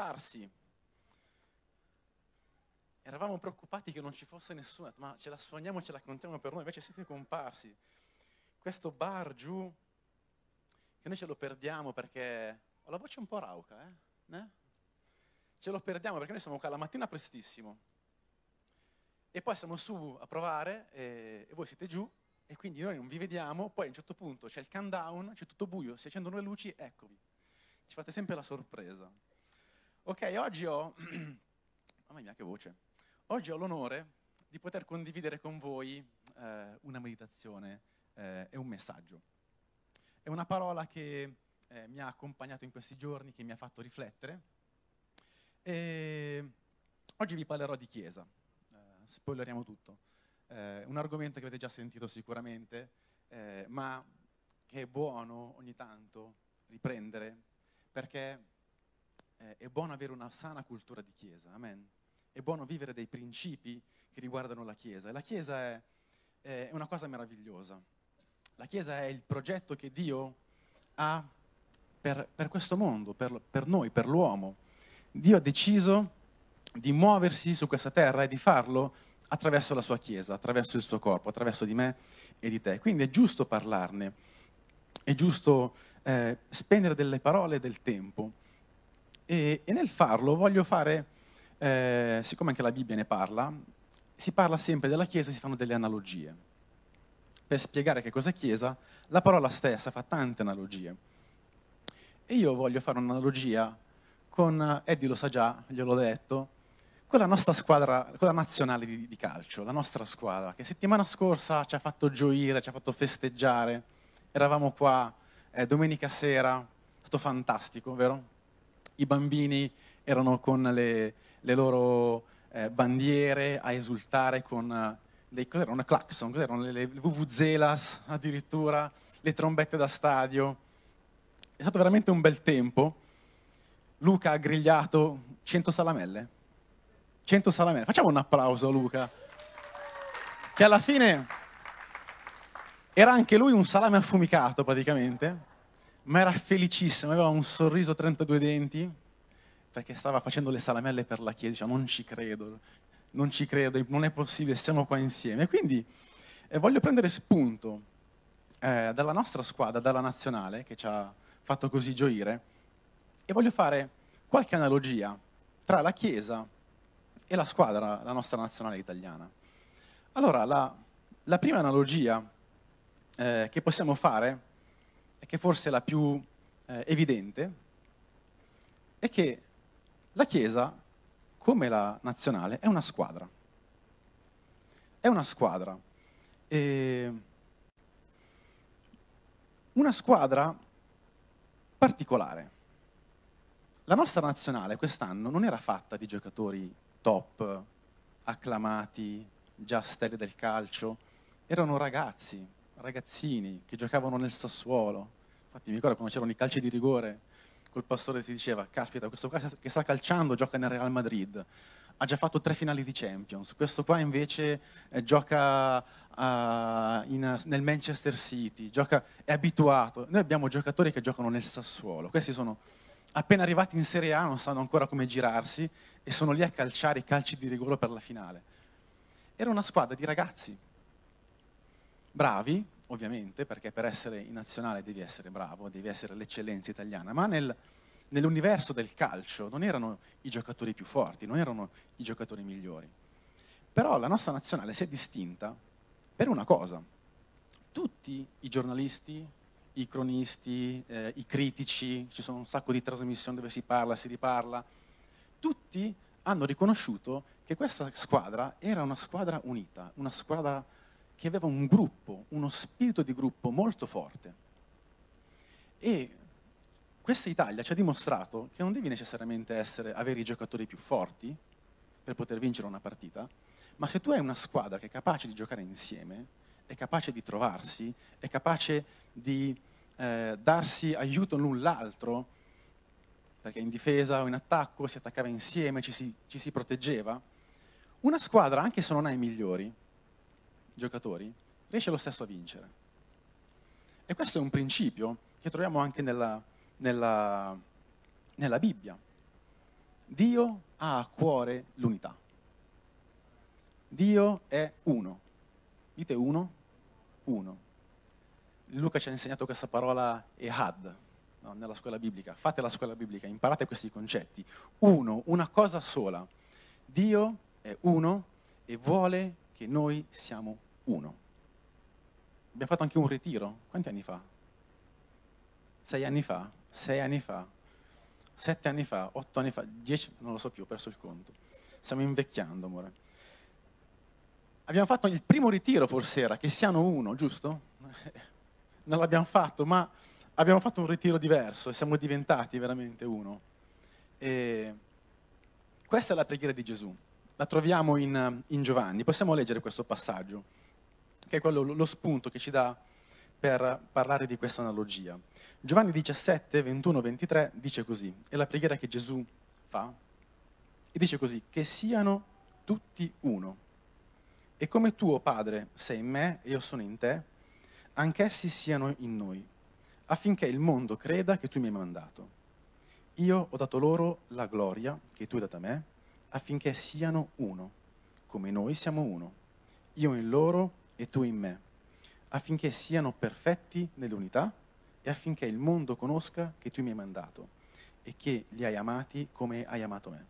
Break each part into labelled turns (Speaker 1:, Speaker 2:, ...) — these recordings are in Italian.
Speaker 1: comparsi. Eravamo preoccupati che non ci fosse nessuno, ma ce la sogniamo, ce la contiamo per noi, invece siete comparsi. Questo bar giù, che noi ce lo perdiamo perché... Ho la voce un po' rauca, eh? Ce lo perdiamo perché noi siamo qua la mattina prestissimo. E poi siamo su a provare e voi siete giù e quindi noi non vi vediamo, poi a un certo punto c'è il countdown, c'è tutto buio, si accendono le luci, eccovi. Ci fate sempre la sorpresa. Ok, oggi ho... Mamma mia, che voce! Oggi ho l'onore di poter condividere con voi una meditazione e un messaggio. È una parola che mi ha accompagnato in questi giorni, che mi ha fatto riflettere. E oggi vi parlerò di Chiesa. Spoileriamo tutto. Un argomento che avete già sentito sicuramente, ma che è buono ogni tanto riprendere, perché è buono avere una sana cultura di Chiesa. Amen. È buono vivere dei principi che riguardano la Chiesa. E la Chiesa è una cosa meravigliosa. La Chiesa è il progetto che Dio ha per questo mondo, per noi, per l'uomo. Dio ha deciso di muoversi su questa terra e di farlo attraverso la sua Chiesa, attraverso il suo corpo, attraverso di me e di te. Quindi è giusto parlarne, è giusto spendere delle parole e del tempo. E nel farlo voglio fare... siccome anche la Bibbia ne parla, si parla sempre della Chiesa e si fanno delle analogie. Per spiegare che cos'è Chiesa, la parola stessa fa tante analogie. E io voglio fare un'analogia con, Eddie lo sa già, gliel'ho detto, con la nostra squadra, con la nazionale di calcio, la nostra squadra, che settimana scorsa ci ha fatto gioire, ci ha fatto festeggiare. Eravamo qua domenica sera, è stato fantastico, vero? I bambini erano con le loro bandiere a esultare con cos'erano? Clacson, cos'erano? Le vuvuzelas addirittura, le trombette da stadio. È stato veramente un bel tempo. Luca ha grigliato 100 salamelle. 100 salamelle. Facciamo un applauso a Luca, che alla fine era anche lui un salame affumicato praticamente, ma era felicissimo, aveva un sorriso a 32 denti, perché stava facendo le salamelle per la Chiesa, diceva non ci credo, non è possibile, siamo qua insieme. E quindi voglio prendere spunto dalla nostra squadra, dalla nazionale, che ci ha fatto così gioire, e voglio fare qualche analogia tra la Chiesa e la squadra, la nostra nazionale italiana. Allora, la prima analogia che possiamo fare, e che forse è la più evidente, è che la Chiesa, come la nazionale, è una squadra. È una squadra. Una squadra particolare. La nostra nazionale quest'anno non era fatta di giocatori top, acclamati, già stelle del calcio. Erano ragazzini che giocavano nel Sassuolo. Infatti mi ricordo quando c'erano i calci di rigore, col pastore si diceva, caspita, questo qua che sta calciando gioca nel Real Madrid, ha già fatto 3 finali di Champions, questo qua invece gioca nel Manchester City, è abituato. Noi abbiamo giocatori che giocano nel Sassuolo, questi sono appena arrivati in Serie A, non sanno ancora come girarsi e sono lì a calciare i calci di rigore per la finale. Era una squadra di ragazzi, bravi, ovviamente, perché per essere in nazionale devi essere bravo, devi essere l'eccellenza italiana, ma nell'universo del calcio non erano i giocatori più forti, non erano i giocatori migliori. Però la nostra nazionale si è distinta per una cosa. Tutti i giornalisti, i cronisti, i critici, ci sono un sacco di trasmissioni dove si parla, si riparla, tutti hanno riconosciuto che questa squadra era una squadra unita, una squadra che aveva un gruppo, uno spirito di gruppo molto forte. E questa Italia ci ha dimostrato che non devi necessariamente avere i giocatori più forti per poter vincere una partita, ma se tu hai una squadra che è capace di giocare insieme, è capace di trovarsi, è capace di darsi aiuto l'un l'altro, perché in difesa o in attacco si attaccava insieme, ci si proteggeva, una squadra, anche se non ha i migliori giocatori, riesce lo stesso a vincere. E questo è un principio che troviamo anche nella Bibbia. Dio ha a cuore l'unità. Dio è uno. Dite uno? Uno. Luca ci ha insegnato questa parola ehad, no, nella scuola biblica. Fate la scuola biblica, imparate questi concetti. Uno, una cosa sola. Dio è uno e vuole che noi siamo uno. Abbiamo fatto anche un ritiro. Quanti anni fa? 6 anni fa? 6 anni fa? 7 anni fa? 8 anni fa? 10? Non lo so più, ho perso il conto. Stiamo invecchiando, amore. Abbiamo fatto il primo ritiro, forse era, che siano uno, giusto? Non l'abbiamo fatto, ma abbiamo fatto un ritiro diverso e siamo diventati veramente uno. E questa è la preghiera di Gesù. La troviamo in Giovanni. Possiamo leggere questo passaggio, che è quello, lo spunto che ci dà per parlare di questa analogia. Giovanni 17, 21, 23 dice così, è la preghiera che Gesù fa, e dice così: che siano tutti uno. E come tu, o Padre, sei in me e io sono in te, anch'essi siano in noi, affinché il mondo creda che tu mi hai mandato. Io ho dato loro la gloria che tu hai data a me, affinché siano uno, come noi siamo uno. Io in loro e tu in me, affinché siano perfetti nell'unità e affinché il mondo conosca che tu mi hai mandato e che li hai amati come hai amato me.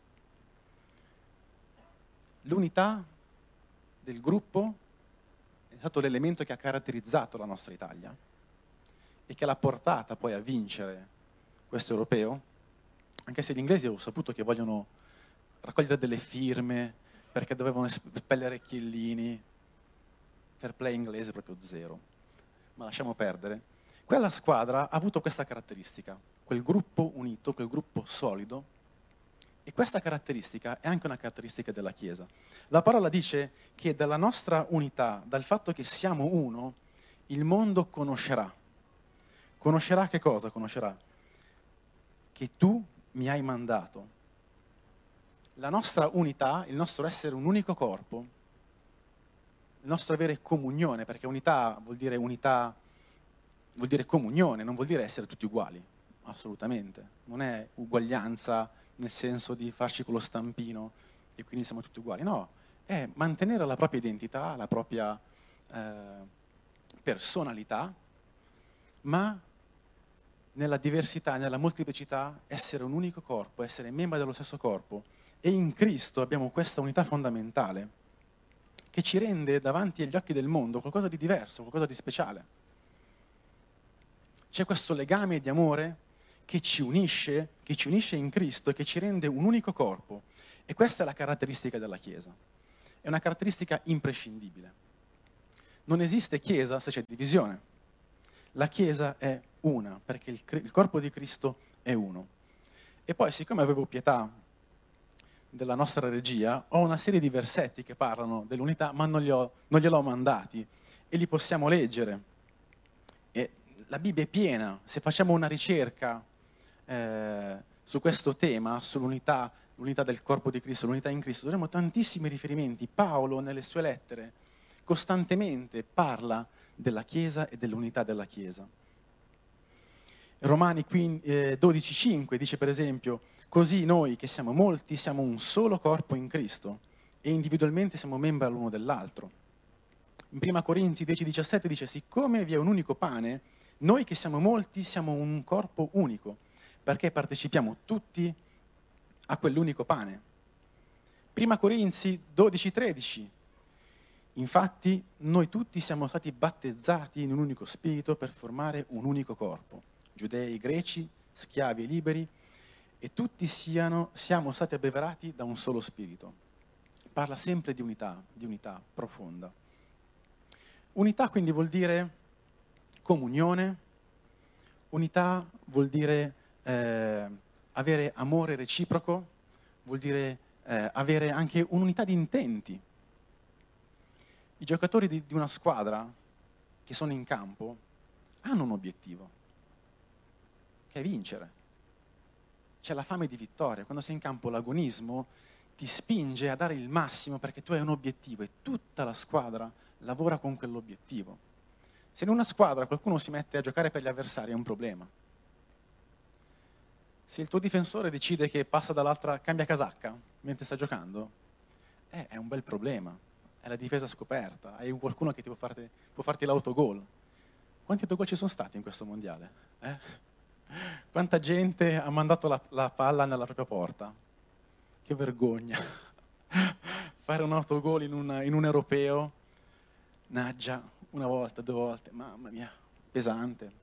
Speaker 1: L'unità del gruppo è stato l'elemento che ha caratterizzato la nostra Italia e che l'ha portata poi a vincere questo europeo, anche se gli inglesi ho saputo che vogliono raccogliere delle firme perché dovevano espellere Chiellini. Fair play inglese proprio zero, ma lasciamo perdere. Quella squadra ha avuto questa caratteristica, quel gruppo unito, quel gruppo solido, e questa caratteristica è anche una caratteristica della Chiesa. La parola dice che dalla nostra unità, dal fatto che siamo uno, il mondo conoscerà. Conoscerà che cosa? Conoscerà che tu mi hai mandato. La nostra unità, il nostro essere un unico corpo, il nostro avere comunione, perché unità, vuol dire comunione, non vuol dire essere tutti uguali, assolutamente. Non è uguaglianza nel senso di farci con lo stampino e quindi siamo tutti uguali, no, è mantenere la propria identità, la propria personalità, ma nella diversità, nella molteplicità, essere un unico corpo, essere membri dello stesso corpo. E in Cristo abbiamo questa unità fondamentale che ci rende davanti agli occhi del mondo qualcosa di diverso, qualcosa di speciale. C'è questo legame di amore che ci unisce in Cristo e che ci rende un unico corpo. E questa è la caratteristica della Chiesa. È una caratteristica imprescindibile. Non esiste Chiesa se c'è divisione. La Chiesa è una, perché il corpo di Cristo è uno. E poi, siccome avevo pietà della nostra regia, ho una serie di versetti che parlano dell'unità, ma non gliel'ho mandati, e li possiamo leggere. E la Bibbia è piena. Se facciamo una ricerca su questo tema, sull'unità, l'unità del corpo di Cristo, l'unità in Cristo, troviamo tantissimi riferimenti. Paolo, nelle sue lettere, costantemente parla della Chiesa e dell'unità della Chiesa. Romani 12,5 dice per esempio: così noi che siamo molti siamo un solo corpo in Cristo e individualmente siamo membri l'uno dell'altro. In 1 Corinzi 10,17 dice: siccome vi è un unico pane, noi che siamo molti siamo un corpo unico, perché partecipiamo tutti a quell'unico pane. 1 Corinzi 12,13: infatti noi tutti siamo stati battezzati in un unico spirito per formare un unico corpo, giudei, greci, schiavi e liberi, e tutti siamo stati abbeverati da un solo spirito. Parla sempre di unità profonda. Unità quindi vuol dire comunione, unità vuol dire avere amore reciproco, vuol dire avere anche un'unità di intenti. I giocatori di una squadra che sono in campo hanno un obiettivo, che è vincere. C'è la fame di vittoria. Quando sei in campo l'agonismo ti spinge a dare il massimo perché tu hai un obiettivo e tutta la squadra lavora con quell'obiettivo. Se in una squadra qualcuno si mette a giocare per gli avversari è un problema. Se il tuo difensore decide che passa dall'altra, cambia casacca mentre sta giocando, è un bel problema. È la difesa scoperta. Hai qualcuno che ti può farti l'autogol. Quanti autogol ci sono stati in questo mondiale? Quanta gente ha mandato la palla nella propria porta? Che vergogna. Fare un autogol in un europeo, naggia, una volta, 2 volte, mamma mia, pesante.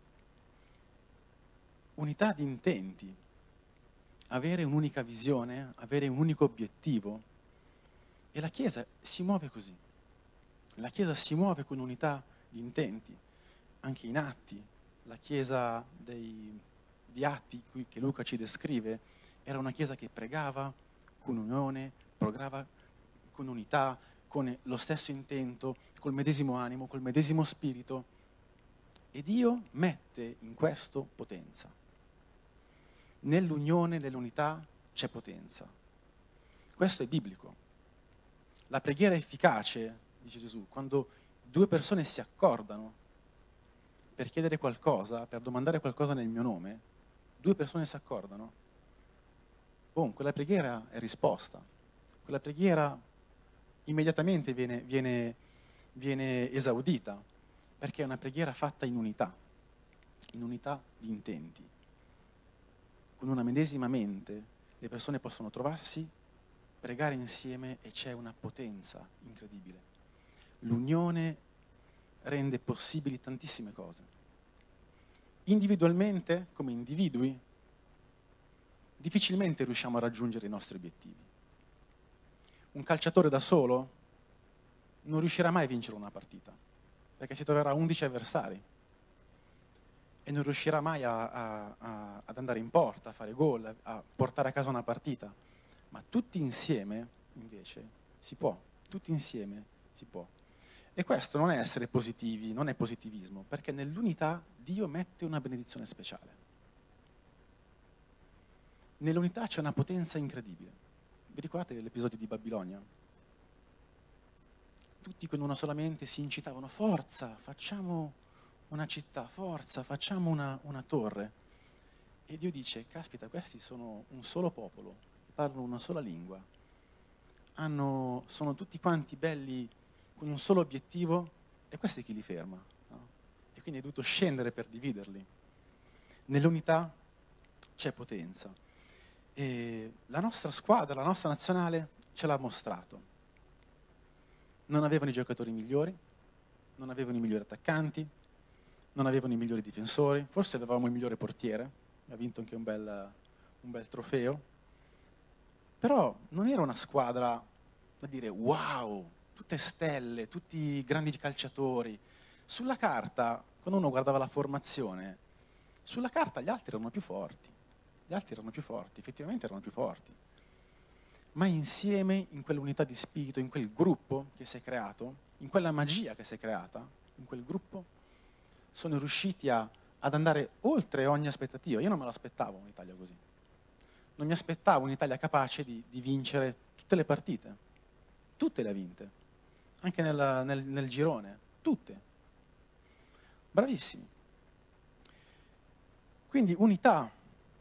Speaker 1: Unità di intenti, avere un'unica visione, avere un unico obiettivo. E la Chiesa si muove così. La Chiesa si muove con unità di intenti, anche in atti. La Chiesa di Atti che Luca ci descrive era una Chiesa che pregava con unione, pregava con unità, con lo stesso intento, col medesimo animo, col medesimo spirito. E Dio mette in questo potenza. Nell'unione, nell'unità c'è potenza. Questo è biblico. La preghiera è efficace, dice Gesù, quando 2 persone si accordano per chiedere qualcosa, per domandare qualcosa nel mio nome, 2 persone si accordano, quella preghiera è risposta. Quella preghiera immediatamente viene esaudita, perché è una preghiera fatta in unità di intenti. Con una medesima mente le persone possono trovarsi, pregare insieme e c'è una potenza incredibile. L'unione rende possibili tantissime cose. Individualmente, come individui, difficilmente riusciamo a raggiungere i nostri obiettivi. Un calciatore da solo non riuscirà mai a vincere una partita, perché si troverà 11 avversari e non riuscirà mai ad andare in porta, a fare gol, a portare a casa una partita. Ma tutti insieme, invece, si può. Tutti insieme si può. E questo non è essere positivi, non è positivismo, perché nell'unità Dio mette una benedizione speciale. Nell'unità c'è una potenza incredibile. Vi ricordate l'episodio di Babilonia? Tutti con una sola mente si incitavano, forza, facciamo una città, forza, facciamo una torre. E Dio dice, caspita, questi sono un solo popolo, parlano una sola lingua, sono tutti quanti belli con un solo obiettivo, e questo è chi li ferma. No? E quindi è dovuto scendere per dividerli. Nell'unità c'è potenza. E la nostra squadra, la nostra nazionale, ce l'ha mostrato. Non avevano i giocatori migliori, non avevano i migliori attaccanti, non avevano i migliori difensori, forse avevamo il migliore portiere, ha vinto anche un bel trofeo, però non era una squadra da dire wow, tutte stelle, tutti grandi calciatori. Sulla carta, quando uno guardava la formazione, sulla carta gli altri erano più forti, effettivamente erano più forti. Ma insieme, in quell'unità di spirito, in quel gruppo che si è creato, in quella magia che si è creata, in quel gruppo, sono riusciti ad andare oltre ogni aspettativa. Io non me l'aspettavo un'Italia così. Non mi aspettavo un'Italia capace di vincere tutte le partite. Tutte le ha vinte. Anche nel girone. Tutte. Bravissimi. Quindi unità.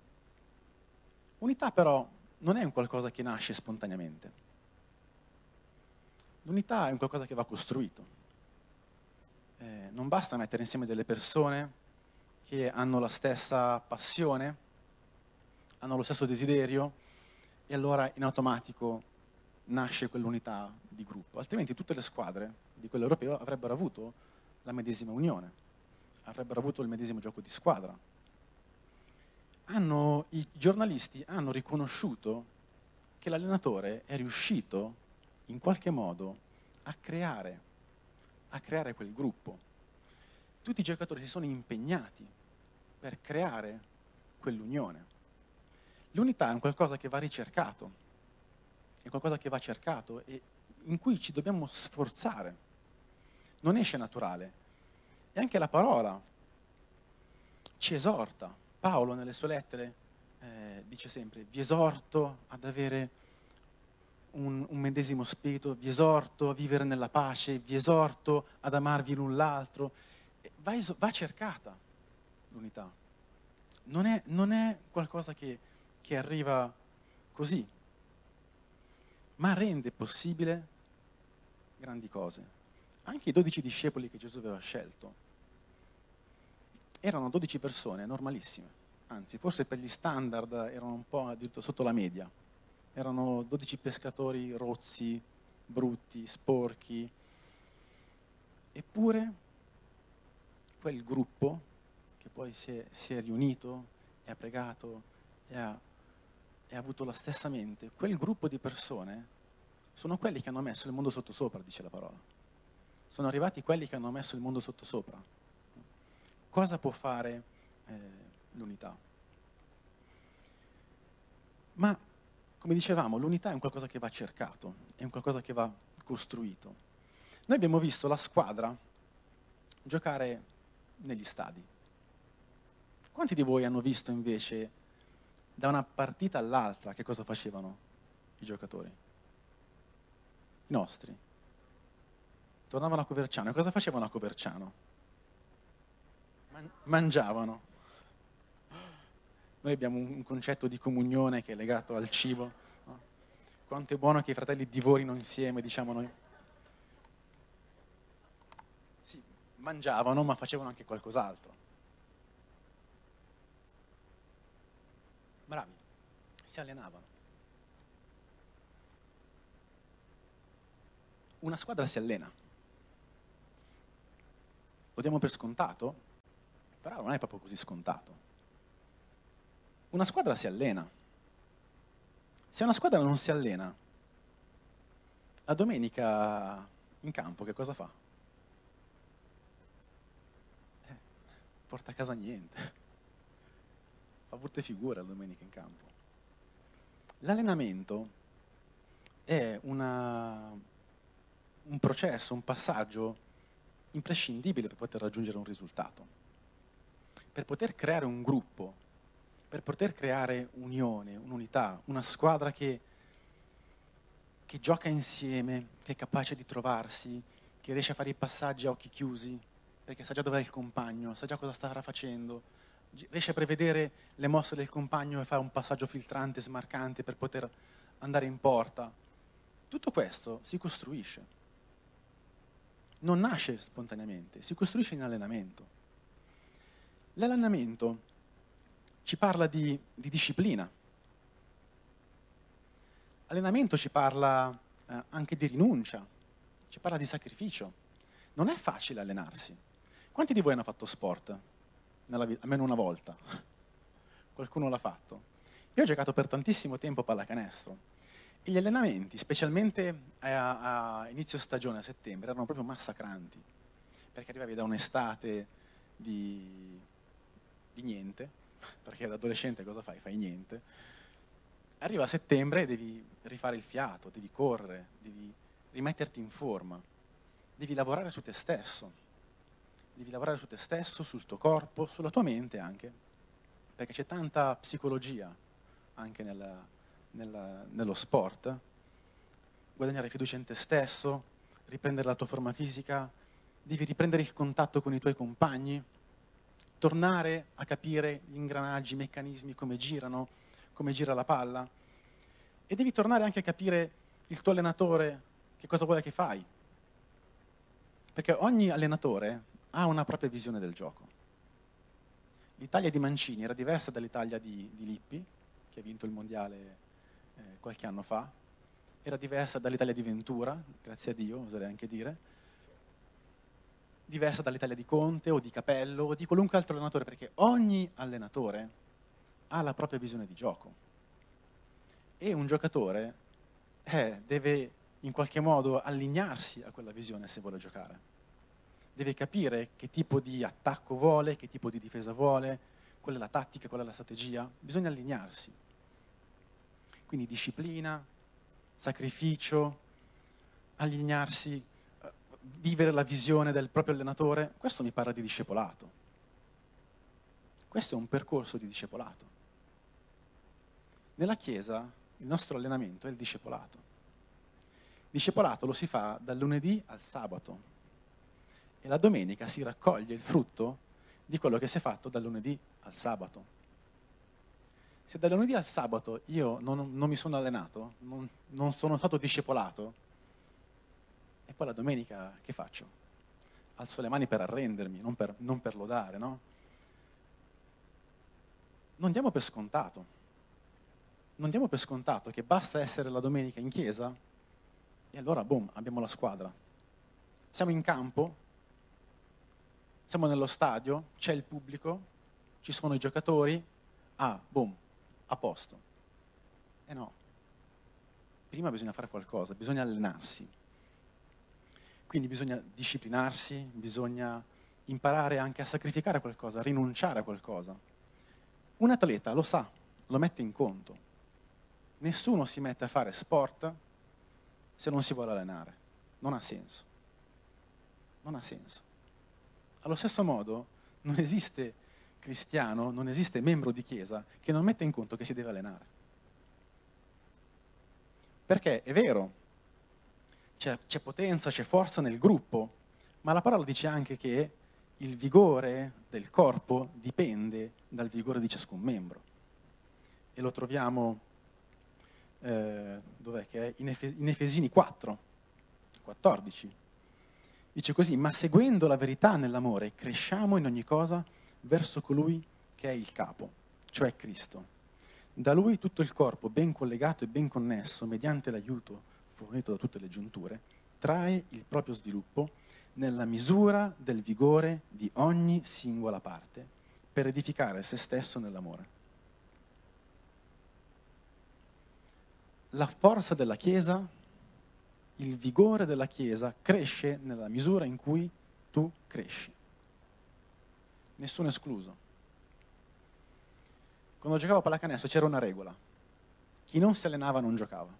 Speaker 1: Unità però non è un qualcosa che nasce spontaneamente. L'unità è un qualcosa che va costruito. Non basta mettere insieme delle persone che hanno la stessa passione, hanno lo stesso desiderio, e allora in automatico nasce quell'unità di gruppo. Altrimenti tutte le squadre di quello europeo avrebbero avuto la medesima unione, avrebbero avuto il medesimo gioco di squadra. I giornalisti hanno riconosciuto che l'allenatore è riuscito in qualche modo a creare quel gruppo. Tutti i giocatori si sono impegnati per creare quell'unione. L'unità è un qualcosa che va ricercato, è qualcosa che va cercato e in cui ci dobbiamo sforzare. Non esce naturale. E anche la parola ci esorta. Paolo nelle sue lettere dice sempre, vi esorto ad avere un medesimo spirito, vi esorto a vivere nella pace, vi esorto ad amarvi l'un l'altro. Va cercata l'unità. non è qualcosa che arriva così, ma rende possibile grandi cose. Anche i 12 discepoli che Gesù aveva scelto erano 12 persone normalissime, anzi forse per gli standard erano un po' addirittura sotto la media. Erano 12 pescatori rozzi, brutti, sporchi. Eppure quel gruppo che poi si è riunito e ha pregato e ha avuto la stessa mente, quel gruppo di persone sono quelli che hanno messo il mondo sottosopra, dice la parola. Sono arrivati quelli che hanno messo il mondo sottosopra. Cosa può fare l'unità? Ma, come dicevamo, l'unità è un qualcosa che va cercato, è un qualcosa che va costruito. Noi abbiamo visto la squadra giocare negli stadi. Quanti di voi hanno visto invece da una partita all'altra che cosa facevano i giocatori? I nostri. Tornavano a Coverciano. E cosa facevano a Coverciano? Mangiavano. Noi abbiamo un concetto di comunione che è legato al cibo. No? Quanto è buono che i fratelli divorino insieme, diciamo noi. Sì, mangiavano, ma facevano anche qualcos'altro. Bravi, si allenavano. Una squadra si allena. Lo diamo per scontato? Però non è proprio così scontato. Una squadra si allena. Se una squadra non si allena, la domenica in campo che cosa fa? Porta a casa niente. Fa brutte figure la domenica in campo. L'allenamento è un processo, un passaggio imprescindibile per poter raggiungere un risultato. Per poter creare un gruppo, per poter creare unione, un'unità, una squadra che gioca insieme, che è capace di trovarsi, che riesce a fare i passaggi a occhi chiusi, perché sa già dov'è il compagno, sa già cosa starà facendo, riesce a prevedere le mosse del compagno e fa un passaggio filtrante, smarcante per poter andare in porta. Tutto questo si costruisce. Non nasce spontaneamente, si costruisce in allenamento. L'allenamento ci parla di disciplina. L'allenamento ci parla anche di rinuncia, ci parla di sacrificio. Non è facile allenarsi. Quanti di voi hanno fatto sport nella vita? Almeno una volta. Qualcuno l'ha fatto. Io ho giocato per tantissimo tempo a pallacanestro e gli allenamenti, specialmente a inizio stagione, a settembre, erano proprio massacranti, perché arrivavi da un'estate di niente, perché da adolescente cosa fai? Fai niente. Arriva a settembre e devi rifare il fiato, devi correre, devi rimetterti in forma, devi lavorare su te stesso, sul tuo corpo, sulla tua mente anche, perché c'è tanta psicologia anche nello sport. Guadagnare fiducia in te stesso, riprendere la tua forma fisica, devi riprendere il contatto con i tuoi compagni, tornare a capire gli ingranaggi, i meccanismi, come girano, come gira la palla, e devi tornare anche a capire il tuo allenatore che cosa vuole che fai, perché ogni allenatore ha una propria visione del gioco. L'Italia di Mancini era diversa dall'Italia di Lippi, che ha vinto il mondiale qualche anno fa, era diversa dall'Italia di Ventura, grazie a Dio, oserei anche dire, diversa dall'Italia di Conte o di Capello o di qualunque altro allenatore, perché ogni allenatore ha la propria visione di gioco. E un giocatore deve in qualche modo allinearsi a quella visione se vuole giocare. Deve capire che tipo di attacco vuole, che tipo di difesa vuole, qual è la tattica, qual è la strategia. Bisogna allinearsi. Quindi disciplina, sacrificio, allinearsi, vivere la visione del proprio allenatore. Questo mi parla di discepolato. Questo è un percorso di discepolato. Nella Chiesa il nostro allenamento è il discepolato. Il discepolato lo si fa dal lunedì al sabato e la domenica si raccoglie il frutto di quello che si è fatto dal lunedì al sabato. Se dal lunedì al sabato io non mi sono allenato, non sono stato discepolato, e poi la domenica che faccio? Alzo le mani per arrendermi, non per lodare, no? Non diamo per scontato. Non diamo per scontato che basta essere la domenica in chiesa e allora, boom, abbiamo la squadra. Siamo in campo, siamo nello stadio, c'è il pubblico, ci sono i giocatori, boom, a posto. E no. Prima bisogna fare qualcosa, bisogna allenarsi. Quindi bisogna disciplinarsi, bisogna imparare anche a sacrificare qualcosa, a rinunciare a qualcosa. Un atleta lo sa, lo mette in conto. Nessuno si mette a fare sport se non si vuole allenare. Non ha senso. Non ha senso. Allo stesso modo, non esiste cristiano, non esiste membro di chiesa che non metta in conto che si deve allenare. Perché è vero, c'è potenza, c'è forza nel gruppo, ma la parola dice anche che il vigore del corpo dipende dal vigore di ciascun membro. E lo troviamo, dov'è che è? In Efesini 4, 14. Dice così: ma seguendo la verità nell'amore, cresciamo in ogni cosa verso colui che è il capo, cioè Cristo. Da lui tutto il corpo, ben collegato e ben connesso, mediante l'aiuto fornito da tutte le giunture, trae il proprio sviluppo nella misura del vigore di ogni singola parte, per edificare se stesso nell'amore. La forza della Chiesa, il vigore della Chiesa cresce nella misura in cui tu cresci. Nessuno escluso. Quando giocavo a pallacanestro c'era una regola: chi non si allenava non giocava.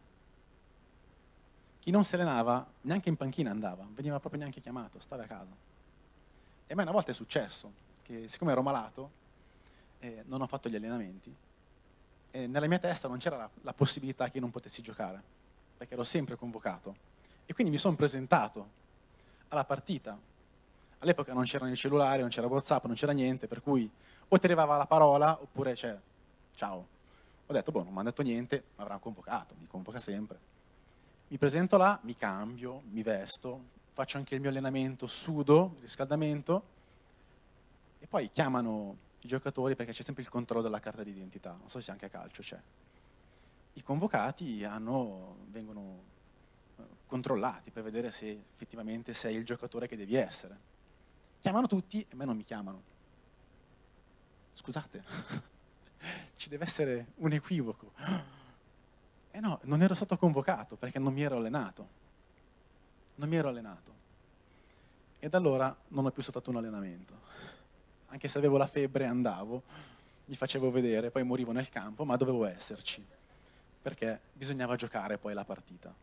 Speaker 1: Chi non si allenava neanche in panchina andava, non veniva proprio neanche chiamato, stava a casa. E a me una volta è successo che, siccome ero malato, non ho fatto gli allenamenti, e nella mia testa non c'era la possibilità che io non potessi giocare, perché ero sempre convocato. E quindi mi sono presentato alla partita. All'epoca non c'erano i cellulari, non c'era WhatsApp, non c'era niente, per cui o ti arrivava la parola oppure ciao. Ho detto, non mi hanno detto niente, mi avranno convocato, mi convoca sempre. Mi presento là, mi cambio, mi vesto, faccio anche il mio allenamento, sudo, riscaldamento, e poi chiamano i giocatori perché c'è sempre il controllo della carta d'identità, non so se anche a calcio c'è. I convocati vengono controllati per vedere se effettivamente sei il giocatore che devi essere. Chiamano tutti e me non mi chiamano. Scusate, ci deve essere un equivoco. E no, non ero stato convocato perché non mi ero allenato. Non mi ero allenato. E da allora non ho più saltato un allenamento. Anche se avevo la febbre andavo, mi facevo vedere, poi morivo nel campo, ma dovevo esserci. Perché bisognava giocare poi la partita.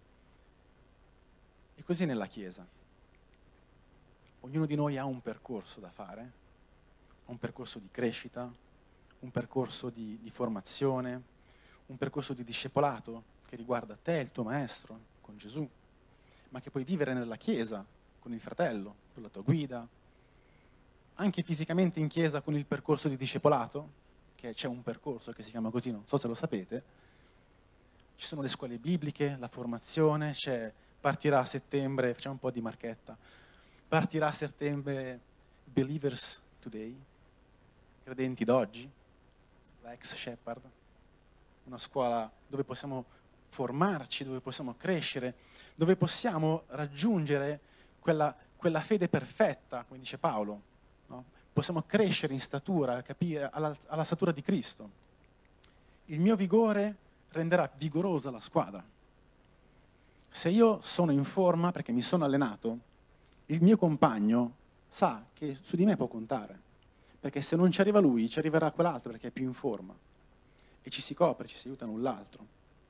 Speaker 1: E così nella Chiesa. Ognuno di noi ha un percorso da fare, un percorso di crescita, un percorso di formazione, un percorso di discepolato che riguarda te e il tuo maestro, con Gesù, ma che puoi vivere nella Chiesa, con il fratello, con la tua guida, anche fisicamente in Chiesa con il percorso di discepolato, che c'è un percorso che si chiama così, non so se lo sapete. Ci sono le scuole bibliche, la formazione, partirà a settembre, facciamo un po' di marchetta, partirà a settembre Believers Today, credenti d'oggi, la ex Shepherd, una scuola dove possiamo formarci, dove possiamo crescere, dove possiamo raggiungere quella fede perfetta, come dice Paolo, no? Possiamo crescere in statura, capire alla statura di Cristo. Il mio vigore renderà vigorosa la squadra. Se io sono in forma perché mi sono allenato, il mio compagno sa che su di me può contare, perché se non ci arriva lui, ci arriverà quell'altro perché è più in forma. E ci si copre, ci si aiuta l'un l'altro.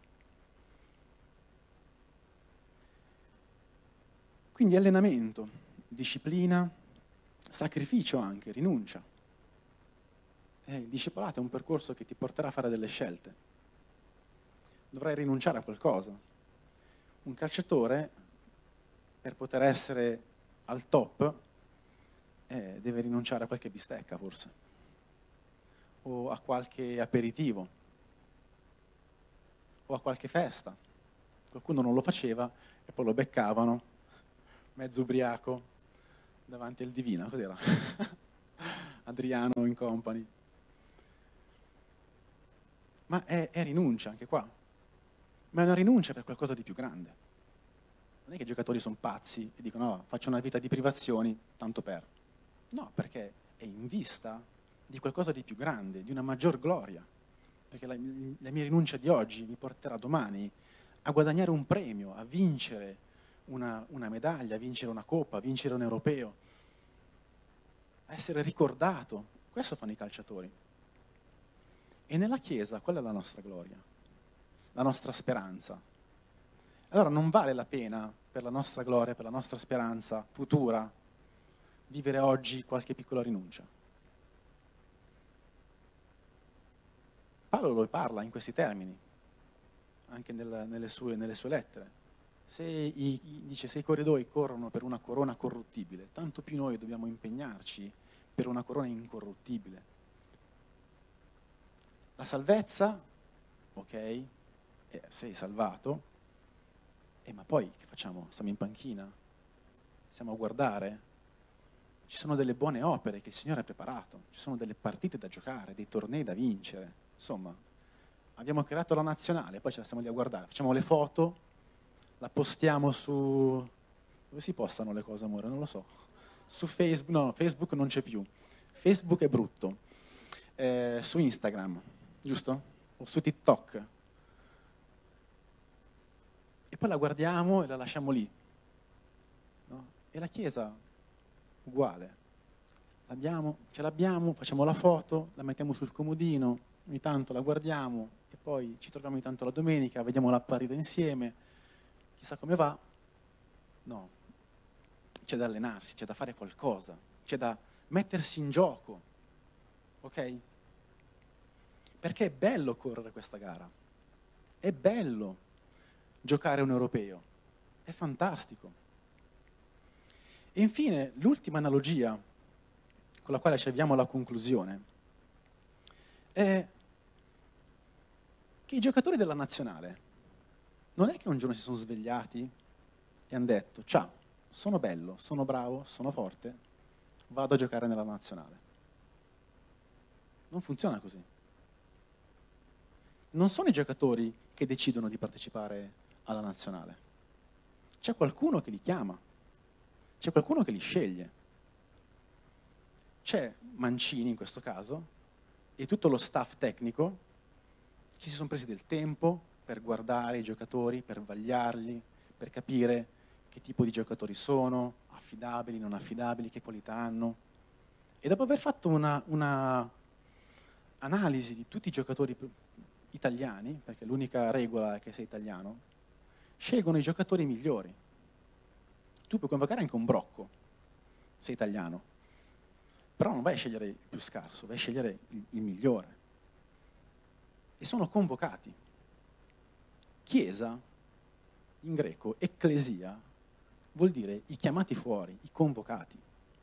Speaker 1: Quindi allenamento, disciplina, sacrificio anche, rinuncia. Il discepolato è un percorso che ti porterà a fare delle scelte. Dovrai rinunciare a qualcosa. Un calciatore, per poter essere al top, deve rinunciare a qualche bistecca forse. o a qualche aperitivo o a qualche festa. Qualcuno non lo faceva e poi lo beccavano, mezzo ubriaco, davanti al Divina, cos'era? Adriano in company. Ma è rinuncia anche qua, ma è una rinuncia per qualcosa di più grande. Non è che i giocatori sono pazzi e dicono no, faccio una vita di privazioni, tanto per. No, perché è in vista di qualcosa di più grande, di una maggior gloria. Perché la mia rinuncia di oggi mi porterà domani a guadagnare un premio, a vincere una medaglia, a vincere una coppa, a vincere un europeo, a essere ricordato. Questo fanno i calciatori. E nella Chiesa qual è la nostra gloria? La nostra speranza. Allora non vale la pena per la nostra gloria, per la nostra speranza futura, vivere oggi qualche piccola rinuncia. Paolo lo parla in questi termini, anche nelle sue lettere. Dice, se i corridoi corrono per una corona corruttibile, tanto più noi dobbiamo impegnarci per una corona incorruttibile. La salvezza, ok, sei salvato, ma poi che facciamo? Stiamo in panchina? Stiamo a guardare? Ci sono delle buone opere che il Signore ha preparato, ci sono delle partite da giocare, dei tornei da vincere. Insomma, abbiamo creato la nazionale, poi ce la stiamo lì a guardare, facciamo le foto, la postiamo su... Dove si postano le cose, amore? Non lo so. Su Facebook, no, Facebook non c'è più. Facebook è brutto. Su Instagram, giusto? O su TikTok. E poi la guardiamo e la lasciamo lì. No? E la Chiesa, uguale. Ce l'abbiamo, facciamo la foto, la mettiamo sul comodino, ogni tanto la guardiamo e poi ci troviamo ogni tanto la domenica, vediamo la partita insieme, chissà come va. No, c'è da allenarsi, c'è da fare qualcosa, c'è da mettersi in gioco, ok? Perché è bello correre questa gara, è bello giocare un europeo, è fantastico. E infine, l'ultima analogia con la quale ci avviamo alla conclusione è che i giocatori della nazionale non è che un giorno si sono svegliati e hanno detto ciao, sono bello, sono bravo, sono forte, vado a giocare nella nazionale. Non funziona così. Non sono i giocatori che decidono di partecipare alla nazionale. C'è qualcuno che li chiama, c'è qualcuno che li sceglie. C'è Mancini in questo caso e tutto lo staff tecnico che si sono presi del tempo per guardare i giocatori, per vagliarli, per capire che tipo di giocatori sono, affidabili, non affidabili, che qualità hanno. E dopo aver fatto una analisi di tutti i giocatori italiani, perché l'unica regola è che sei italiano, scelgono i giocatori migliori. Tu puoi convocare anche un Brocco, sei italiano, però non vai a scegliere il più scarso, vai a scegliere il migliore. E sono convocati. Chiesa, in greco, ecclesia, vuol dire i chiamati fuori, i convocati.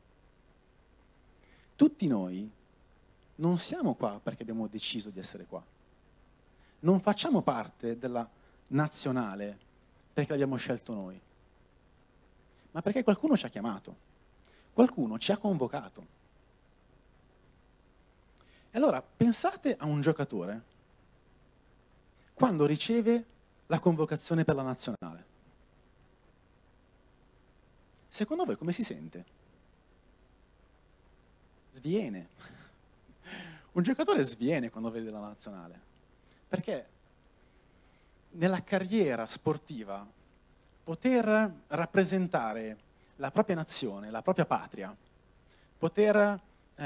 Speaker 1: Tutti noi non siamo qua perché abbiamo deciso di essere qua. Non facciamo parte della nazionale perché l'abbiamo scelto noi, ma perché qualcuno ci ha chiamato, qualcuno ci ha convocato. E allora pensate a un giocatore quando riceve la convocazione per la nazionale. Secondo voi come si sente? Sviene. Un giocatore sviene quando vede la nazionale, perché nella carriera sportiva poter rappresentare la propria nazione, la propria patria, poter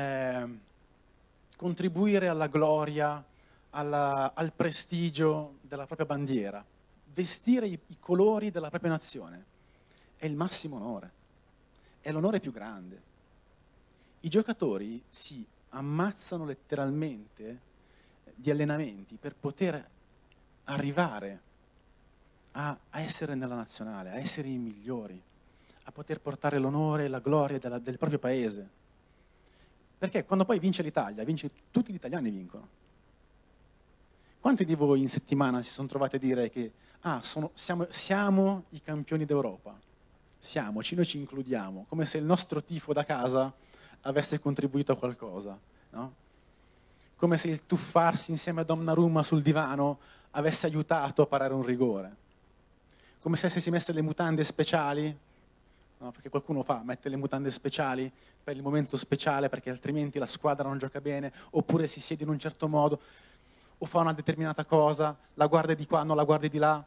Speaker 1: contribuire alla gloria, al prestigio della propria bandiera, vestire i colori della propria nazione, è il massimo onore, è l'onore più grande. I giocatori si ammazzano letteralmente di allenamenti per poter arrivare a essere nella nazionale, a essere i migliori, a poter portare l'onore e la gloria del proprio paese. Perché quando poi vince l'Italia, tutti gli italiani vincono. Quanti di voi in settimana si sono trovati a dire che siamo i campioni d'Europa? Noi ci includiamo, come se il nostro tifo da casa avesse contribuito a qualcosa, no? Come se il tuffarsi insieme a Donnarumma sul divano avesse aiutato a parare un rigore. Come se si messe le mutande speciali, no? Perché qualcuno mette le mutande speciali per il momento speciale, perché altrimenti la squadra non gioca bene, oppure si siede in un certo modo, o fa una determinata cosa, la guardi di qua, non la guardi di là.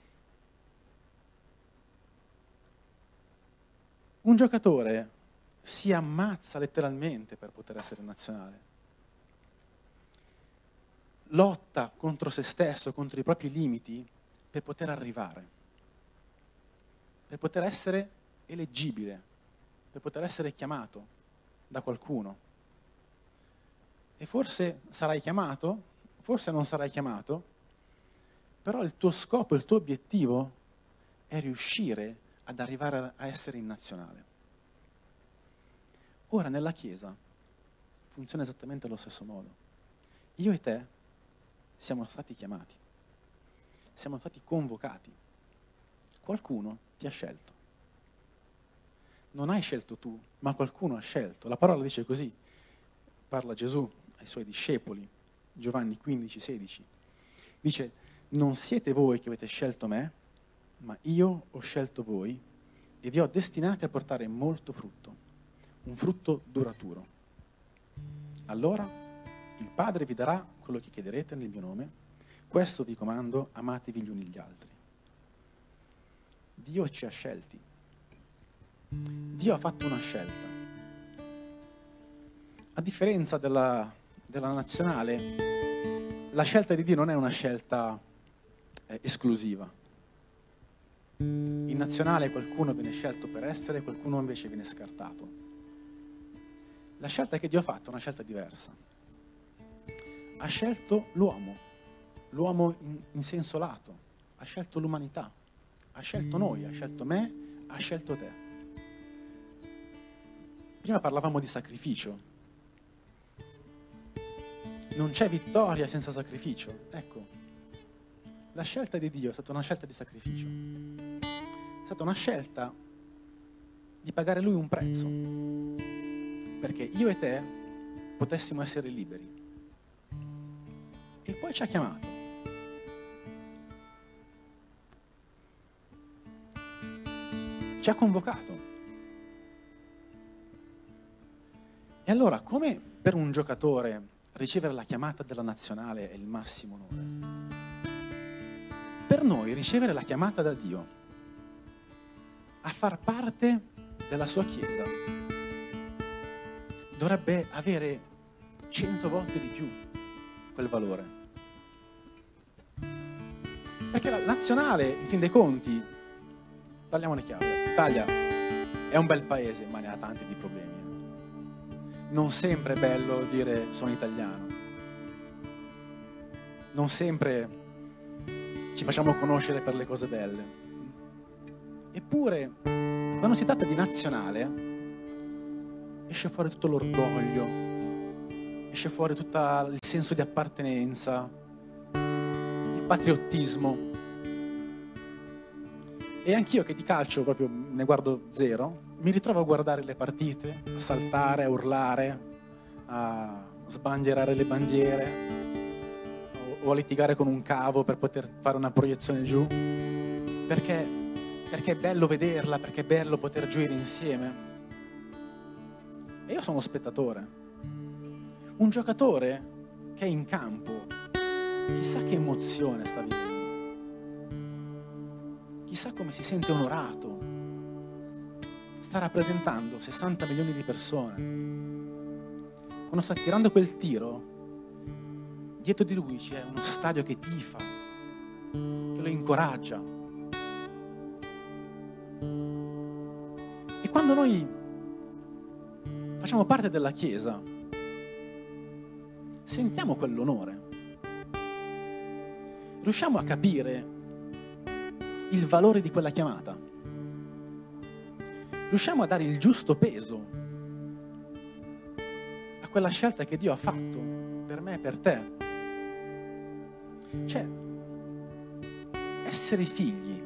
Speaker 1: Un giocatore si ammazza letteralmente per poter essere nazionale. Lotta contro se stesso, contro i propri limiti, per poter arrivare, per poter essere eleggibile, per poter essere chiamato da qualcuno. E forse sarai chiamato, forse non sarai chiamato, però il tuo scopo, il tuo obiettivo è riuscire ad arrivare a essere in nazionale. Ora nella Chiesa funziona esattamente allo stesso modo. Io e te siamo stati chiamati, siamo stati convocati. Qualcuno ti ha scelto. Non hai scelto tu, ma qualcuno ha scelto. La parola dice così, parla Gesù ai suoi discepoli, Giovanni 15, 16. Dice, non siete voi che avete scelto me, ma io ho scelto voi e vi ho destinati a portare molto frutto, un frutto duraturo. Allora il Padre vi darà quello che chiederete nel mio nome, questo vi comando, amatevi gli uni gli altri. Dio ci ha scelti. Dio ha fatto una scelta. A differenza della nazionale, la scelta di Dio non è una scelta esclusiva. In nazionale qualcuno viene scelto per essere, qualcuno invece viene scartato. La scelta che Dio ha fatto è una scelta diversa. Ha scelto l'uomo in senso lato, ha scelto l'umanità, ha scelto noi, ha scelto me, ha scelto te. Prima parlavamo di sacrificio. Non c'è vittoria senza sacrificio. Ecco, la scelta di Dio è stata una scelta di sacrificio. È stata una scelta di pagare Lui un prezzo, perché io e te potessimo essere liberi. E poi ci ha chiamato. Ci ha convocato. E allora, come per un giocatore ricevere la chiamata della nazionale è il massimo onore, per noi ricevere la chiamata da Dio a far parte della sua Chiesa dovrebbe avere 100 volte di più quel valore. Perché la nazionale, in fin dei conti, parliamone chiaro, l'Italia è un bel paese, ma ne ha tanti di problemi. Non sempre è bello dire sono italiano. Non sempre ci facciamo conoscere per le cose belle. Eppure, quando si tratta di nazionale, esce fuori tutto l'orgoglio, esce fuori tutto il senso di appartenenza, il patriottismo. E anch'io che di calcio proprio ne guardo zero, mi ritrovo a guardare le partite, a saltare, a urlare, a sbandierare le bandiere o a litigare con un cavo per poter fare una proiezione giù, perché è bello vederla, perché è bello poter gioire insieme. E io sono spettatore. Un giocatore che è in campo, chissà che emozione sta vivendo. Chissà come si sente onorato. Sta rappresentando 60 milioni di persone. Quando sta tirando quel tiro, dietro di lui c'è uno stadio che tifa, che lo incoraggia. E quando noi facciamo parte della Chiesa, sentiamo quell'onore. Riusciamo a capire il valore di quella chiamata. Riusciamo a dare il giusto peso a quella scelta che Dio ha fatto per me e per te. Cioè, essere figli.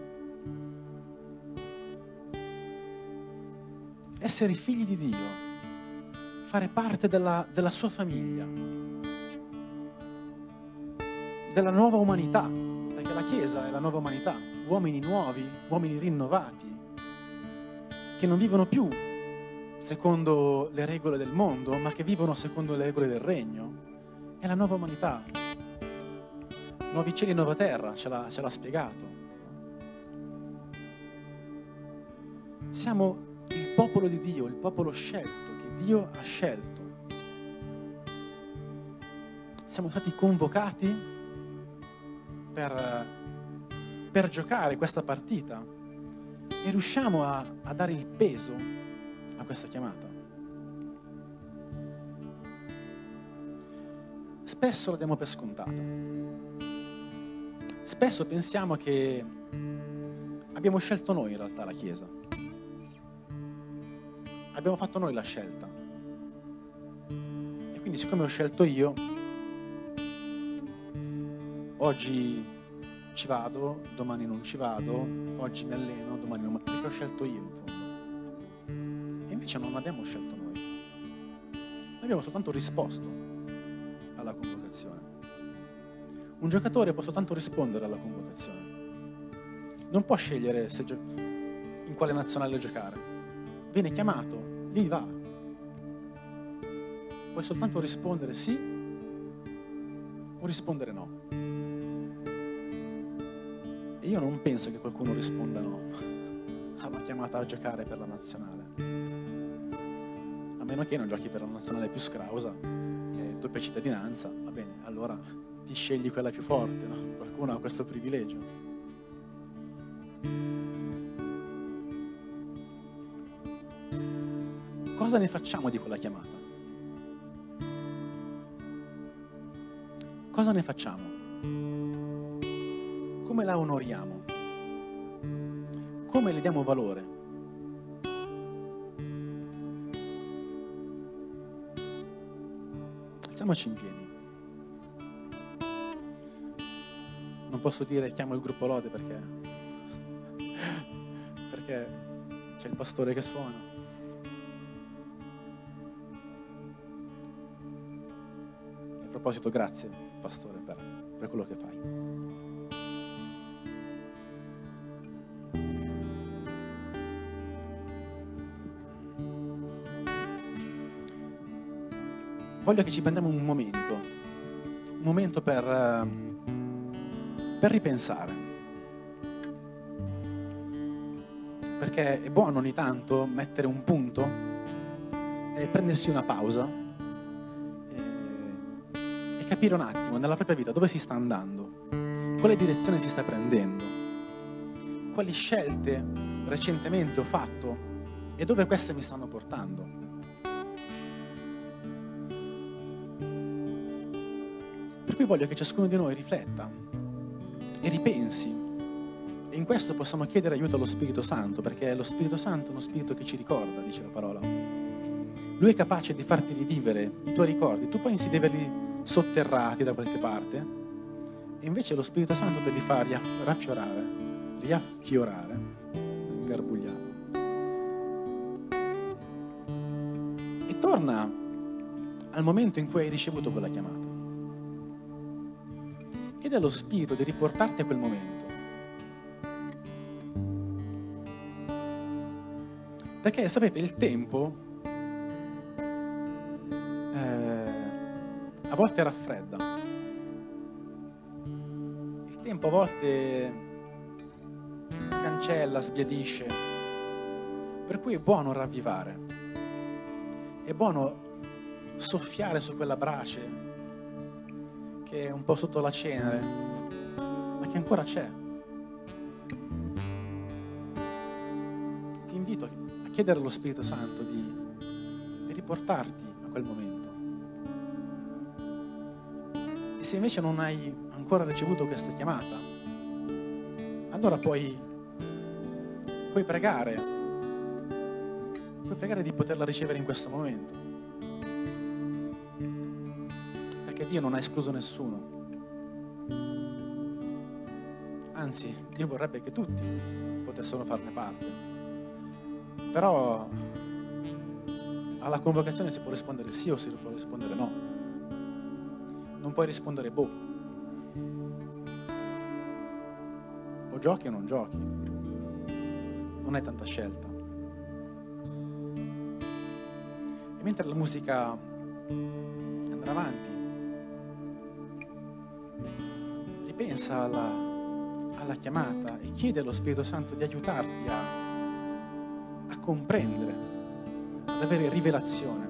Speaker 1: Essere figli di Dio. Fare parte della sua famiglia. Della nuova umanità. Perché la Chiesa è la nuova umanità. Uomini nuovi, uomini rinnovati. Che non vivono più secondo le regole del mondo, ma che vivono secondo le regole del regno. È la nuova umanità. Nuovi cieli e nuova terra, ce l'ha spiegato. Siamo il popolo di Dio, il popolo scelto, che Dio ha scelto. Siamo stati convocati per giocare questa partita e riusciamo a dare il peso a questa chiamata. Spesso la diamo per scontata. Spesso pensiamo che abbiamo scelto noi in realtà la Chiesa. Abbiamo fatto noi la scelta. E quindi siccome ho scelto io, oggi ci vado, domani non ci vado, oggi mi alleno, domani non, perché ho scelto io in fondo. E invece non abbiamo scelto noi. Noi abbiamo soltanto risposto alla convocazione. Un giocatore può soltanto rispondere alla convocazione. Non può scegliere in quale nazionale giocare. Viene chiamato, lì va. Puoi soltanto rispondere sì o rispondere no. E io non penso che qualcuno risponda no alla chiamata a giocare per la nazionale. A meno che non giochi per la nazionale più scrausa, doppia cittadinanza, va bene, allora ti scegli quella più forte, no? Qualcuno ha questo privilegio. Cosa ne facciamo di quella chiamata? Cosa ne facciamo? Come la onoriamo? Come le diamo valore? Alziamoci in piedi. Non posso dire chiamo il gruppo lode perché c'è il pastore che suona. A proposito, grazie pastore per quello che fai. Voglio che ci prendiamo un momento per ripensare. Perché è buono ogni tanto mettere un punto e prendersi una pausa e capire un attimo nella propria vita dove si sta andando, quale direzione si sta prendendo, quali scelte recentemente ho fatto e dove queste mi stanno portando. Per cui voglio che ciascuno di noi rifletta e ripensi. E in questo possiamo chiedere aiuto allo Spirito Santo, perché lo Spirito Santo è uno Spirito che ci ricorda, dice la parola. Lui è capace di farti rivivere i tuoi ricordi. Tu pensi di averli sotterrati da qualche parte, e invece lo Spirito Santo te li fa riaffiorare, ingarbugliato. E torna al momento in cui hai ricevuto quella chiamata. Chiede allo Spirito di riportarti a quel momento. Perché, sapete, il tempo a volte raffredda. Il tempo a volte cancella, sbiadisce. Per cui è buono ravvivare. È buono soffiare su quella brace che è un po' sotto la cenere, ma che ancora c'è. Ti invito a chiedere allo Spirito Santo di riportarti a quel momento. E se invece non hai ancora ricevuto questa chiamata, allora puoi pregare di poterla ricevere in questo momento. Dio non ha escluso nessuno. Anzi, Dio vorrebbe che tutti potessero farne parte. Però alla convocazione si può rispondere sì o si può rispondere no. Non puoi rispondere boh. O giochi o non giochi. Non hai tanta scelta. E mentre la musica andrà avanti, ripensa alla chiamata e chiede allo Spirito Santo di aiutarti a comprendere, ad avere rivelazione.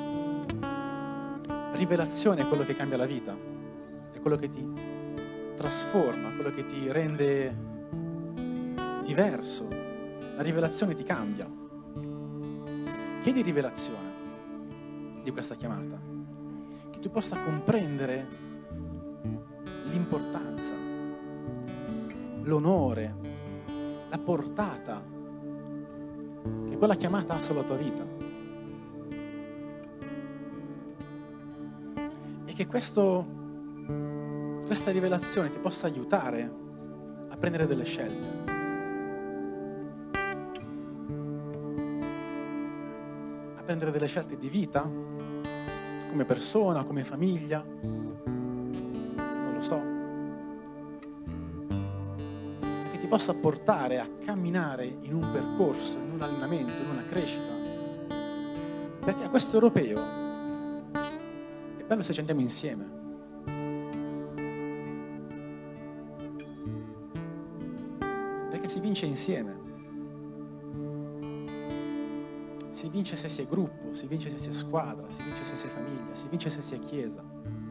Speaker 1: Rivelazione è quello che cambia la vita, è quello che ti trasforma, quello che ti rende diverso. La rivelazione ti cambia. Chiedi rivelazione di questa chiamata, che tu possa comprendere l'importanza, l'onore, la portata che quella chiamata ha sulla tua vita. E che questa rivelazione ti possa aiutare a prendere delle scelte. A prendere delle scelte di vita, come persona, come famiglia, non lo so. Che ti possa portare a camminare in un percorso, in un allenamento, in una crescita. Perché a questo europeo è bello se ci andiamo insieme. Perché si vince insieme. Si vince se si è gruppo, si vince se si è squadra, si vince se si è famiglia, si vince se si è chiesa.